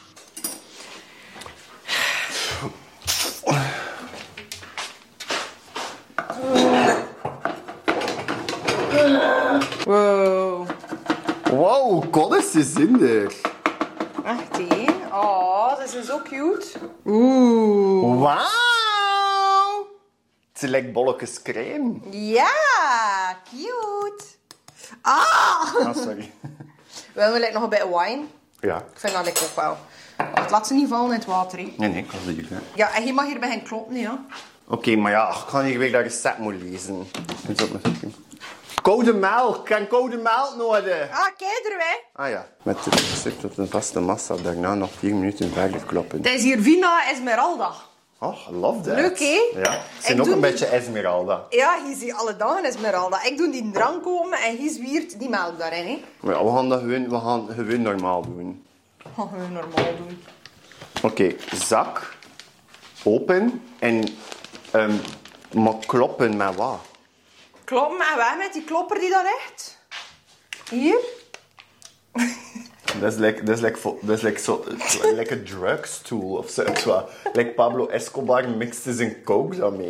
Wow. Wow, koddes is in er. Echt, hè? Oh, ze zijn zo cute. Oeh. Wauw! Het is like bolletjes crème. Ja, cute. Ah! Ah, sorry. Willen we like, nog een beetje wine? Ja. Ik vind dat ik ook wel. Want laat ze niet vallen in het water, hè. Nee, nee, ik was hier. hè. Ja, en je mag hier bij hen kloppen, ja. Oké, maar ja, ik ga hier weer dat recept moeten lezen. Moet ook nog even. Koude melk, ik kan koude melk nodig. Ah, kijk er, hè. Ah ja. Met het recept tot een vaste massa, daarna nog vier minuten verder kloppen. Het is hier Vina Esmeralda. Oh, love that. Leuk, hè? Ja. Ze zijn Ik ook doe een die- beetje Esmeralda. Ja, hier zie je alle dagen Esmeralda. Ik doe die drank komen en hij zwiert die melk daarin, hè. Maar ja, we gaan dat gewoon, we gaan gewoon normaal doen. Dat gaan we normaal doen. Oké, zak open en um, maar kloppen met wat? Kloppen en weg met die klopper die daar ligt. Hier. Dat is like, dat is like, vo- dat is like, so, like a drugs tool of zo. Like Pablo Escobar mixte zijn coke daarmee.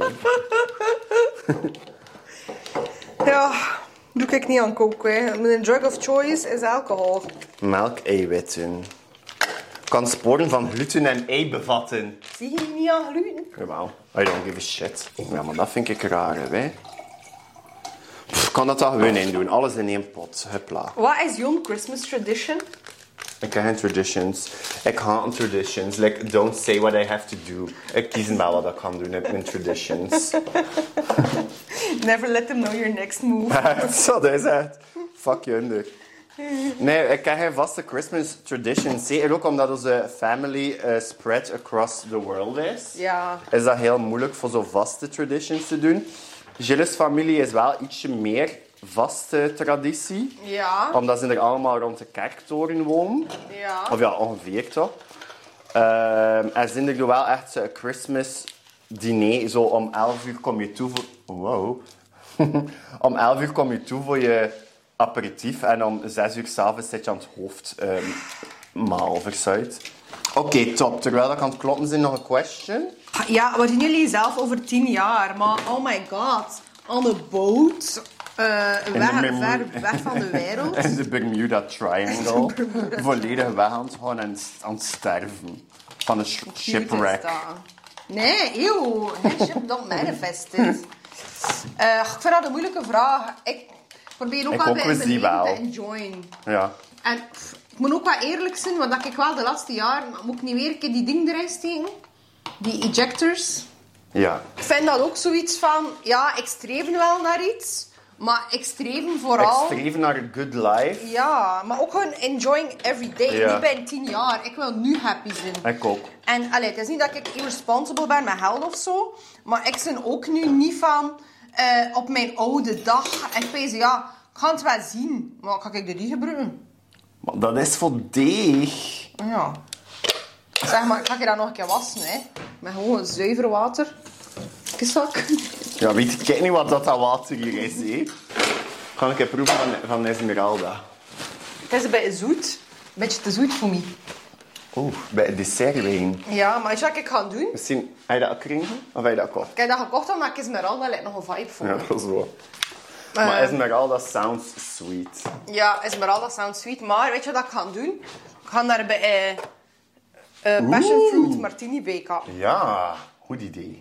Ja, doe ik niet aan koken. Mijn drug of choice is alcohol. Melk, eiwitten. Kan sporen van gluten en ei bevatten. Zie je niet aan gluten? Jawel, I don't give a shit. Ja, maar dat vind ik raar, hè. Pff, kan dat daar gewoon in doen. Alles in één pot. Hupla. Wat is jouw Christmas tradition? Ik heb geen traditions. Ik haat traditions. Like, don't say what I have to do. Ik kies wel wat ik kan doen met mijn traditions. Never let them know your next move. Zo, dat is het. Fuck je under. Nee, ik heb geen vaste Christmas traditions. Zeker ook omdat onze family uh, spread across the world is. Ja. Is dat heel moeilijk voor zo vaste traditions te doen. Gilles' familie is wel ietsje meer vaste traditie. Ja. Omdat ze er allemaal rond de kerktoren wonen. Ja. Of ja, ongeveer toch. Um, en zijn er wel echt een Christmas diner. Zo om elf uur kom je toe voor... Wow. Om elf uur kom je toe voor je aperitief. En om zes uur 's avonds zit je aan het hoofd um, maal verzuid. Oké, okay, top. Terwijl ik aan het kloppen zijn, nog een question. Ja, wat doen jullie zelf over tien jaar? Maar oh my god. On a boat. Uh, weg, Bermu- ver weg van de wereld. In de Bermuda Triangle. Volledig weg aan het gaan en aan het sterven. Van een sh- shipwreck. Cute is dat. Nee, eeuw. Net ship don't manifest it. Uh, ik vind dat een moeilijke vraag. Ik probeer ook Ik wel ook bij wel mijn die leven wel. te enjoyen. Ja. En pff, ik moet ook wel eerlijk zijn, want dat ik wel de laatste jaren... Moet ik niet weer een keer die ding erin steken? Die ejectors. Ja. Ik vind dat ook zoiets van... Ja, ik streef wel naar iets. Maar ik streef vooral... Ik streef naar een good life. Ja, maar ook gewoon enjoying every day. Ja. Niet bij tien jaar. Ik wil nu happy zijn. Ik ook. En allee, het is niet dat ik irresponsible ben met geld of zo. Maar ik ben ook nu niet van... Uh, op mijn oude dag. En ik weet ja, ik ga het wel zien. Maar kan ik dit niet gebruiken? Maar dat is voor dich. Ja. Zeg maar, ga je dat nog een keer wassen, hè? Met gewoon zuiver water. Zak. Ja, weet ik niet wat dat, dat water hier is, hè? Ga ik even proeven van, van Esmeralda. Het is een beetje zoet. Een beetje te zoet voor mij. Oeh, bij het dessertwijn. Ja, maar weet je wat ik ga doen? Misschien, heb je dat gekregen? Of heb je dat gekocht? Ik heb dat gekocht omdat ik Esmeralda lijkt nog een vibe voor. Ja, dat is wel. Maar Esmeralda sounds sweet. Ja, Esmeralda sounds sweet. Maar weet je wat ik ga doen? Ik ga daar bij uh, uh, passion fruit martini bij kappen. Ja, goed idee.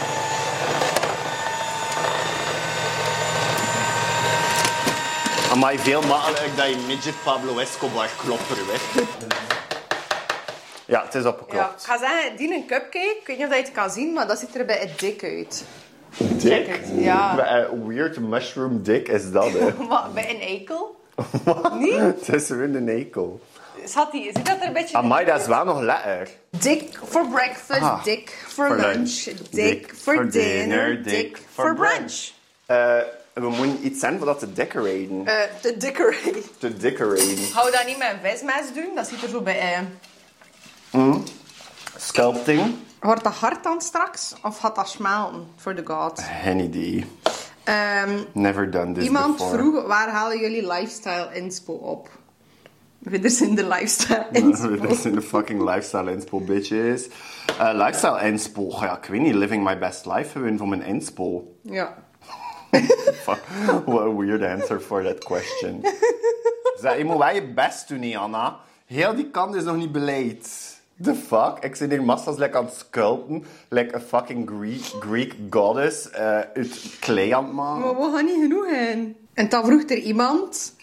Amai, veel makkelijker dat je midget Pablo Escobar klopper weg. Ja, het is Ja, opgeklopt. ik ga zeggen, die een cupcake. Ik weet niet of je het kan zien, maar dat ziet er bij het dik uit. Dik? Ja. Een weird mushroom dik is dat, hè? Wat, bij een eikel? Niet? Het is weer een eikel. Zat die, ziet dat er een beetje... Amai, dat is wel nog lekker. Dik for breakfast, Ah, dik for for lunch, lunch, dik for dinner, dik for brunch. Uh, we moeten iets zijn voor dat te decoraten. Uh, de decorate. Te decoraten. Gaan we dat niet met een vismes doen? Dat ziet er zo bij... Uh... Mm. Sculpting. Wordt dat hard dan straks? Of gaat dat smelten voor de god? Geen idee. Um, Never done this iemand before. vroeg, waar halen jullie lifestyle inspo op? Dit is in de lifestyle inspo. Dit is in de fucking lifestyle inspo, bitches. Uh, lifestyle inspo. Ja, ik weet niet. Living my best life gewoon voor mijn inspo. Ja. Fuck. What a weird answer for that question. Zeg, je moet wel je best doen, hè, Anna. Heel die kant is nog niet beleid. The fuck? Ik zit hier massas like aan het sculpten. Like a fucking Greek, Greek goddess uh, uit klei aan het maken. Maar we gaan niet genoeg in. En dan vroeg er iemand...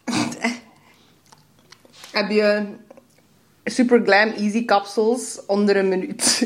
Heb je super glam easy capsules onder een minuut?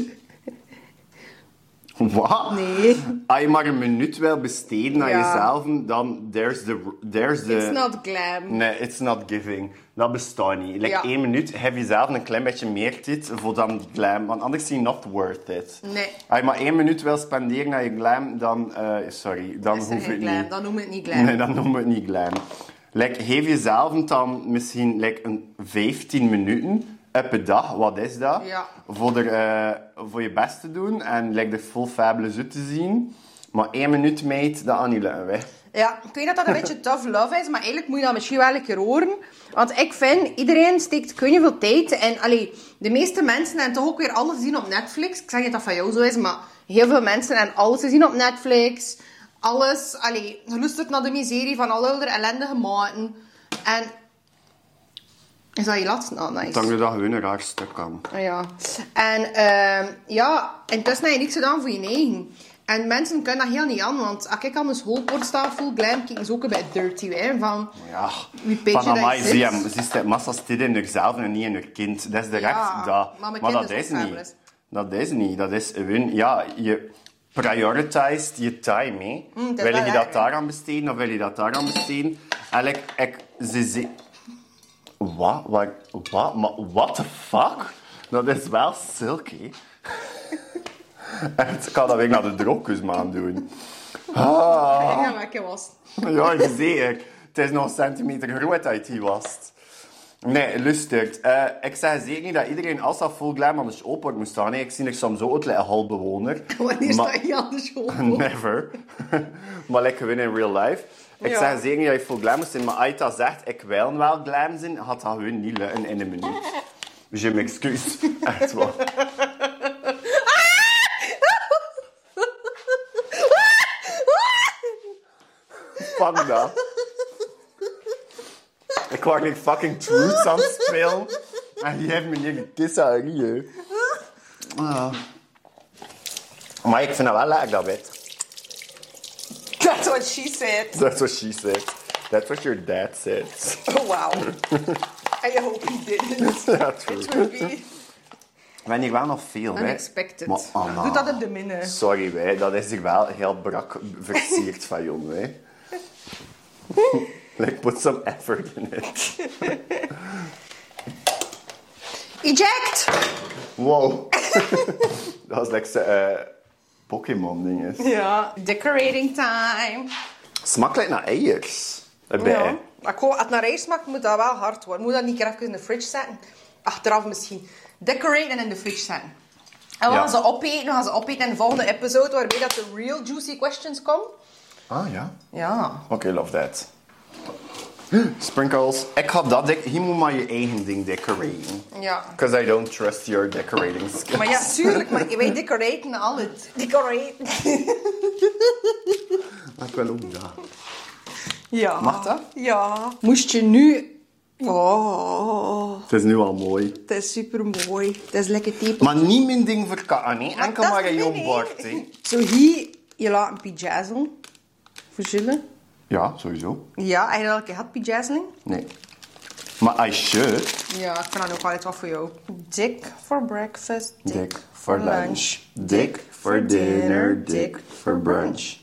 Wat? Nee. Als je maar een minuut wil besteden aan Ja. jezelf, dan there's the... There's the It's not glam. Nee, it's not giving. Dat bestaat niet. Like Ja. één minuut heb je zelf een klein beetje meer tijd voor dan glam. Want anders is het not worth it. Nee. Als je maar één minuut wil spenderen aan je glam, dan... Uh, sorry, dan Dat is er hoef je geen het glam. niet. Dan noemen we het niet glam. Nee, dan noemen we het niet glam. Like, geef jezelf dan misschien like, een vijftien minuten per dag. Wat is dat? Ja. Voor, er, uh, voor je best te doen en like, er full fabulous uit te zien. Maar één minuut, meid, dat aan niet lukken, hè. Ja, ik weet dat dat een beetje tough love is, maar eigenlijk moet je dat misschien wel een keer horen. Want ik vind, iedereen steekt kun je veel tijd. En allee, de meeste mensen hebben toch ook weer alles gezien op Netflix. Ik zeg niet dat dat van jou zo is, maar heel veel mensen hebben alles gezien op Netflix. Alles, allee, geluisterd naar de miserie van alle andere ellendige maten. En... Is dat je laatste? Oh, nice. Dan je dat gewoon een raar stuk aan. Ja. En uh, ja, intussen heb je niks gedaan voor je eigen. En mensen kunnen dat heel niet aan, want als ik aan mijn schoolbordstafel glijm, kijken ze ook een beetje dirty, hè, van ja, wie petje van dat amai, je zie je, zit. ze is massa's dit in zichzelf en niet in haar kind. Dat is direct Ja, dat. maar mijn Maar kind dat is is ook niet. fabulous. Dat is niet. Dat is gewoon, ja, je prioritized je time, hè. Mm, het is wil wel je waar, dat hè. daar aan besteden of wil je dat daar aan besteden? En ik, ik, ze zie... Wat? Wat? Wat? Maar what the fuck? Dat is wel silky. Echt, ik ga dat weer naar de droogkusmaan doen. Ah. Ja, welke was het? Ja, je ziet het. Het is nog een centimeter groot uit die was. Nee, luistert. Uh, ik zeg zeker niet dat iedereen als dat vol glijm aan de schoolpoort moet staan. Nee, ik zie er soms ook uit een halfbewoner. Wanneer Maar- sta je aan de school? Never. Maar lekker gewoon in real life. Ik Ja. zeg zeker niet dat je vol glam moet zijn, maar als je dat zegt, ik wil wel glam zijn, gaat dat gewoon niet lukken in een minuut. Je m'excuus. Echt waar. Fuck dat. Ik word like fucking truths aan het spelen. En die heeft me niet gekist aan Rie. Ah. Maar ik vind dat wel lekker, dat weet. That's what she said. That's what she said. That's what your dad said. Oh, wow. I hope he didn't. Ja, It true. would be We hebben hier wel nog veel, hè. unexpected. Maar Anna, Doe dat op de minne. sorry, wij, dat is hier wel heel brak versierd van jongen, hè. Like, put some effort in it. Eject! Wow. Dat was like zo'n uh, Pokémon-ding. Ja. Decorating time. Smaakt like naar eiers. Een Ja. beetje. Maar ik hoop, als het naar ijs smaakt, moet dat wel hard worden. Moet dat niet even in de fridge zetten? Achteraf misschien. Decoraten en in de fridge zetten. En we Ja. gaan ze opeten. We gaan ze opeten in de volgende episode, waarbij dat de real juicy questions komen. Ah, ja. Ja. Oké, okay, love that. Sprinkles. Ik ga dat... dec- Hier moet maar je eigen ding decoraten. Ja. Because I don't trust your decorating skills. Maar ja, tuurlijk. Maar wij decoraten alles. Decoraten. Maar ik wil ook dat. Ja. Mag dat? Ja. Moest je nu... Oh, Het is nu al mooi. het is super mooi. Het is lekker type. Maar niet mijn ding verkakken, hè. Maar Enkel dat maar is een de jong mening. bord, hè. Zo hier, je laat een pijazzle. Verzullen. Ja, sowieso. Ja, heb je dat al een keer gehad, pijazzeling? Nee. Maar I should. Ja, ik vind dat ook wel iets wat voor jou. Dick for breakfast, dick, Dick for for lunch, lunch. Dick for dinner. Dick for brunch.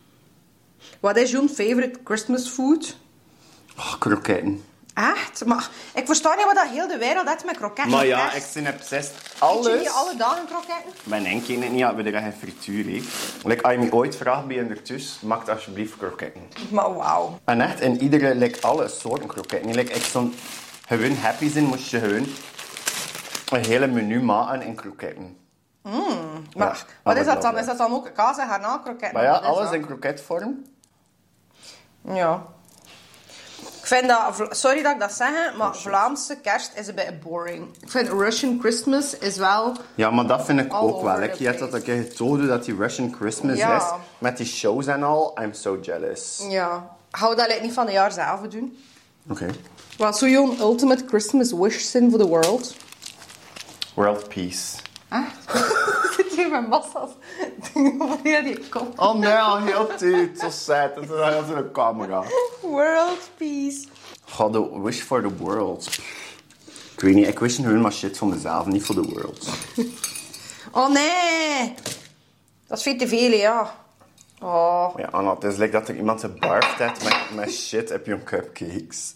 Wat is jouw favorite Christmas food? Oh, kroketten. Echt? Maar ik versta niet wat dat heel de wereld heeft met kroketten. Maar ja, Echt? ik ben obsessed. Eet je Alles. niet alle dagen kroketten? Mijn enkel het niet, ja, we er geen frituur heeft. Like, als je me ooit vraagt bij een thuis, maak alsjeblieft kroketten. Maar wauw. En echt, in iedere, like, alle soorten kroketten. Like, ik stond gewoon happy zijn, moest je gewoon een hele menu maken in kroketten. Maar Ja, wat I is dat love dan? that. Is dat dan ook kaas en garnaalkroketten? Maar ja, Wat is alles dat? in kroketvorm. Ja. Ik vind dat... Sorry dat ik dat zeg, maar Vlaamse kerst is een beetje boring. Ik vind Russian Christmas is wel... Ja, maar dat vind ik All ook wel. over Like, the je hebt dat place. ik getoond dat die Russian Christmas Ja. is. Met die shows en al. I'm so jealous. Ja. Hou dat like niet van de jaar zelf doen. Oké. Wat zou jouw ultimate Christmas wish zijn voor the world? World peace. Echt? Zit hier met massa's dingen over heel die kop. Oh nee, al heel tijd. Zo sad. Dat is heel in de camera. World peace. God, the wish for the world. Ik weet niet, ik wish gewoon maar shit voor mezelf, niet voor de world. Oh nee! Dat is veel te veel, ja. Oh. Ja, Anna, het is like dat er iemand gebarfd heeft met, met shit op je cupcakes.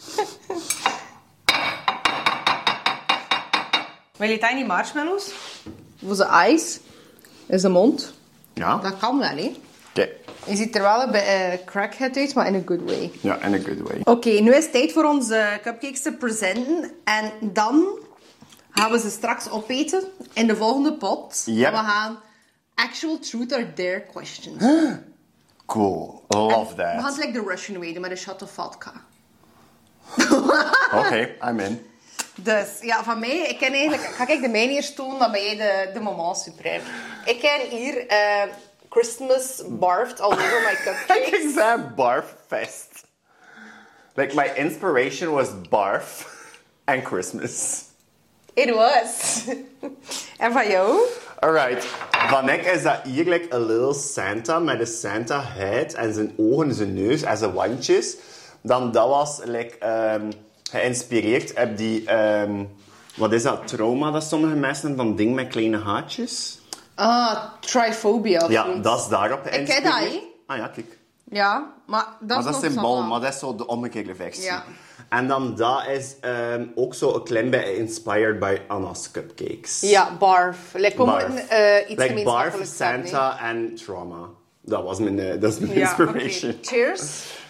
Wil je tiny marshmallows? Voor de eyes. Is de mond. Ja? Dat kan wel, hè. Oké. Je ziet er wel een beetje uh, crackhead uit, maar in a good way. Ja, in a good way. Oké, nu is het tijd voor onze cupcakes te presenten. En dan gaan we ze straks opeten in de volgende pot. Yep. En we gaan Actual truth or dare questions. Cool. Love We that. gaan het like the Russian way doen met een shot of vodka. Oké, okay, I'm in. Dus, ja, van mij, ik ken eigenlijk... Ga ik de mijne eerst doen, dan ben jij de, de moment supreme. Ik ken hier uh, Christmas barfed all over my cupcakes. Ik zei barffest. Like, my inspiration was barf and Christmas. It was. En van jou? Alright. Van ik is dat hier like a little Santa met een Santa head en zijn ogen en zijn neus en zijn wandjes. Dan dat was like, um, geïnspireerd op die... Um, wat is dat? Trauma dat sommige mensen hebben? Dan ding met kleine haartjes. Ah, trifobia of Ja, zoiets. dat is daarop geïnspireerd. ken dat, hè? Ah ja, kijk. Ja, maar dat Maar is dat nog is symbool, zo. maar dat is zo de omgekeerde versie. Ja. En dan dat is um, ook zo een klein beetje inspired by Anna's cupcakes. Ja, barf. Like, we Barf. moeten uh, iets Like barf, gemeenschappelijks hebben, hè. Santa en trauma. Dat was mijn, uh, dat is mijn Ja, inspiration. oké. Cheers.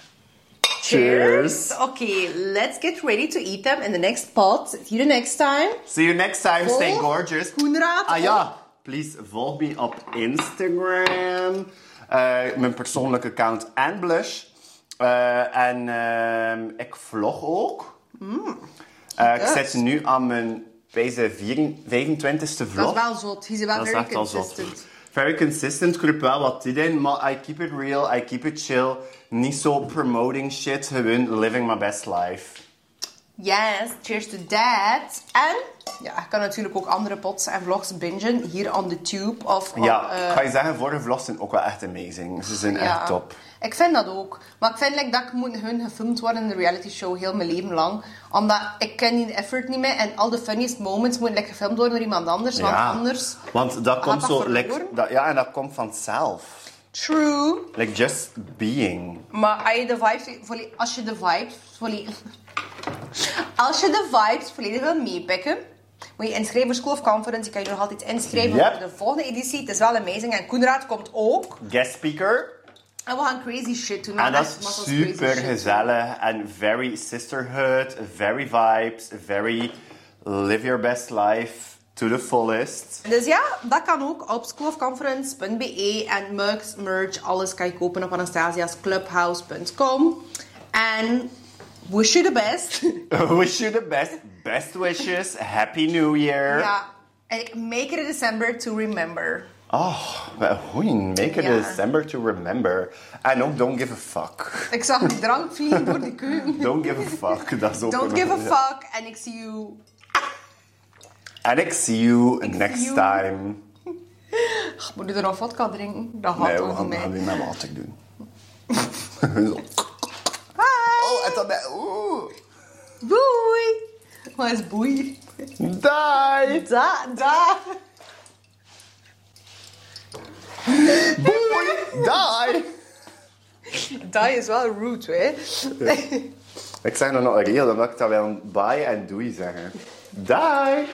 Cheers. Oké, okay, let's get ready to eat them in the next pot. See you the next time. See you next time. Volg Stay gorgeous. Koenraad Ah op- ja, please volg me op Instagram. Uh, mijn persoonlijke account en Blush. Uh, en uh, ik vlog ook. Mm, uh, ik yes. zit nu aan mijn deze vijfentwintigste vlog. Dat is wel zot. Hij is wel Dat is very echt al zot. consistent. Very consistent. Ik roep wel wat dit in, maar I keep it real, I keep it chill. Niet zo promoting shit, gewoon living my best life. Yes, cheers to that. En ja, ik kan natuurlijk ook andere pots en vlogs bingen hier on the tube. Of on, Ja, uh, ik ga je zeggen, vorige vlogs zijn ook wel echt amazing. Ze zijn echt top. Ik vind dat ook. Maar ik vind like, dat ik moet hun gefilmd worden in de reality show heel mijn leven lang. Omdat ik ken die effort niet meer. En al de funniest moments moeten like, gefilmd worden door iemand anders. Want Ja, anders... want dat komt dat zo... verloren. Like, dat, ja, en dat komt vanzelf. True. Like, just being. Maar als je de vibes... volle- Als je de vibes... volle- Als je de vibes volledig wil meepikken... Moet je inschrijven voor School of Conference. Je kan je nog altijd inschrijven Yep. voor de volgende editie. Het is wel amazing. En Koenraad komt ook. Guest speaker. En we gaan crazy shit doen. En dat Echt is massas crazy super shit. gezellig. En very sisterhood. Very vibes. Very live your best life to the fullest. Dus ja, dat kan ook op school of conference punt b e. En mugs, merch, alles kan je kopen op anastasias clubhouse punt com. En wish you the best. Wish you the best. Best wishes. Happy New Year. Ja, en make it a December to remember. Oh, wel goeie. Make it Ja. a December to remember. En ook don't give a fuck. Ik zag een drank vliegen door de keuken. Don't give a fuck. Dat is ook Don't een- give a fuck. En ik zie you... En ik see you Ik next zie you. time. Ach, moet je er nog vodka drinken? Dat gaat Nee, we toch gaan, niet we gaan mee. weer met water doen. Zo. Hi. Oh, en dan... Oeh. Boei. Wat is boei? Die. Da, da. Boei. Die. Dat is wel rude, hè? Ik zeg nog een regel, dan wil ik dat wel bye en doei zeggen. Die.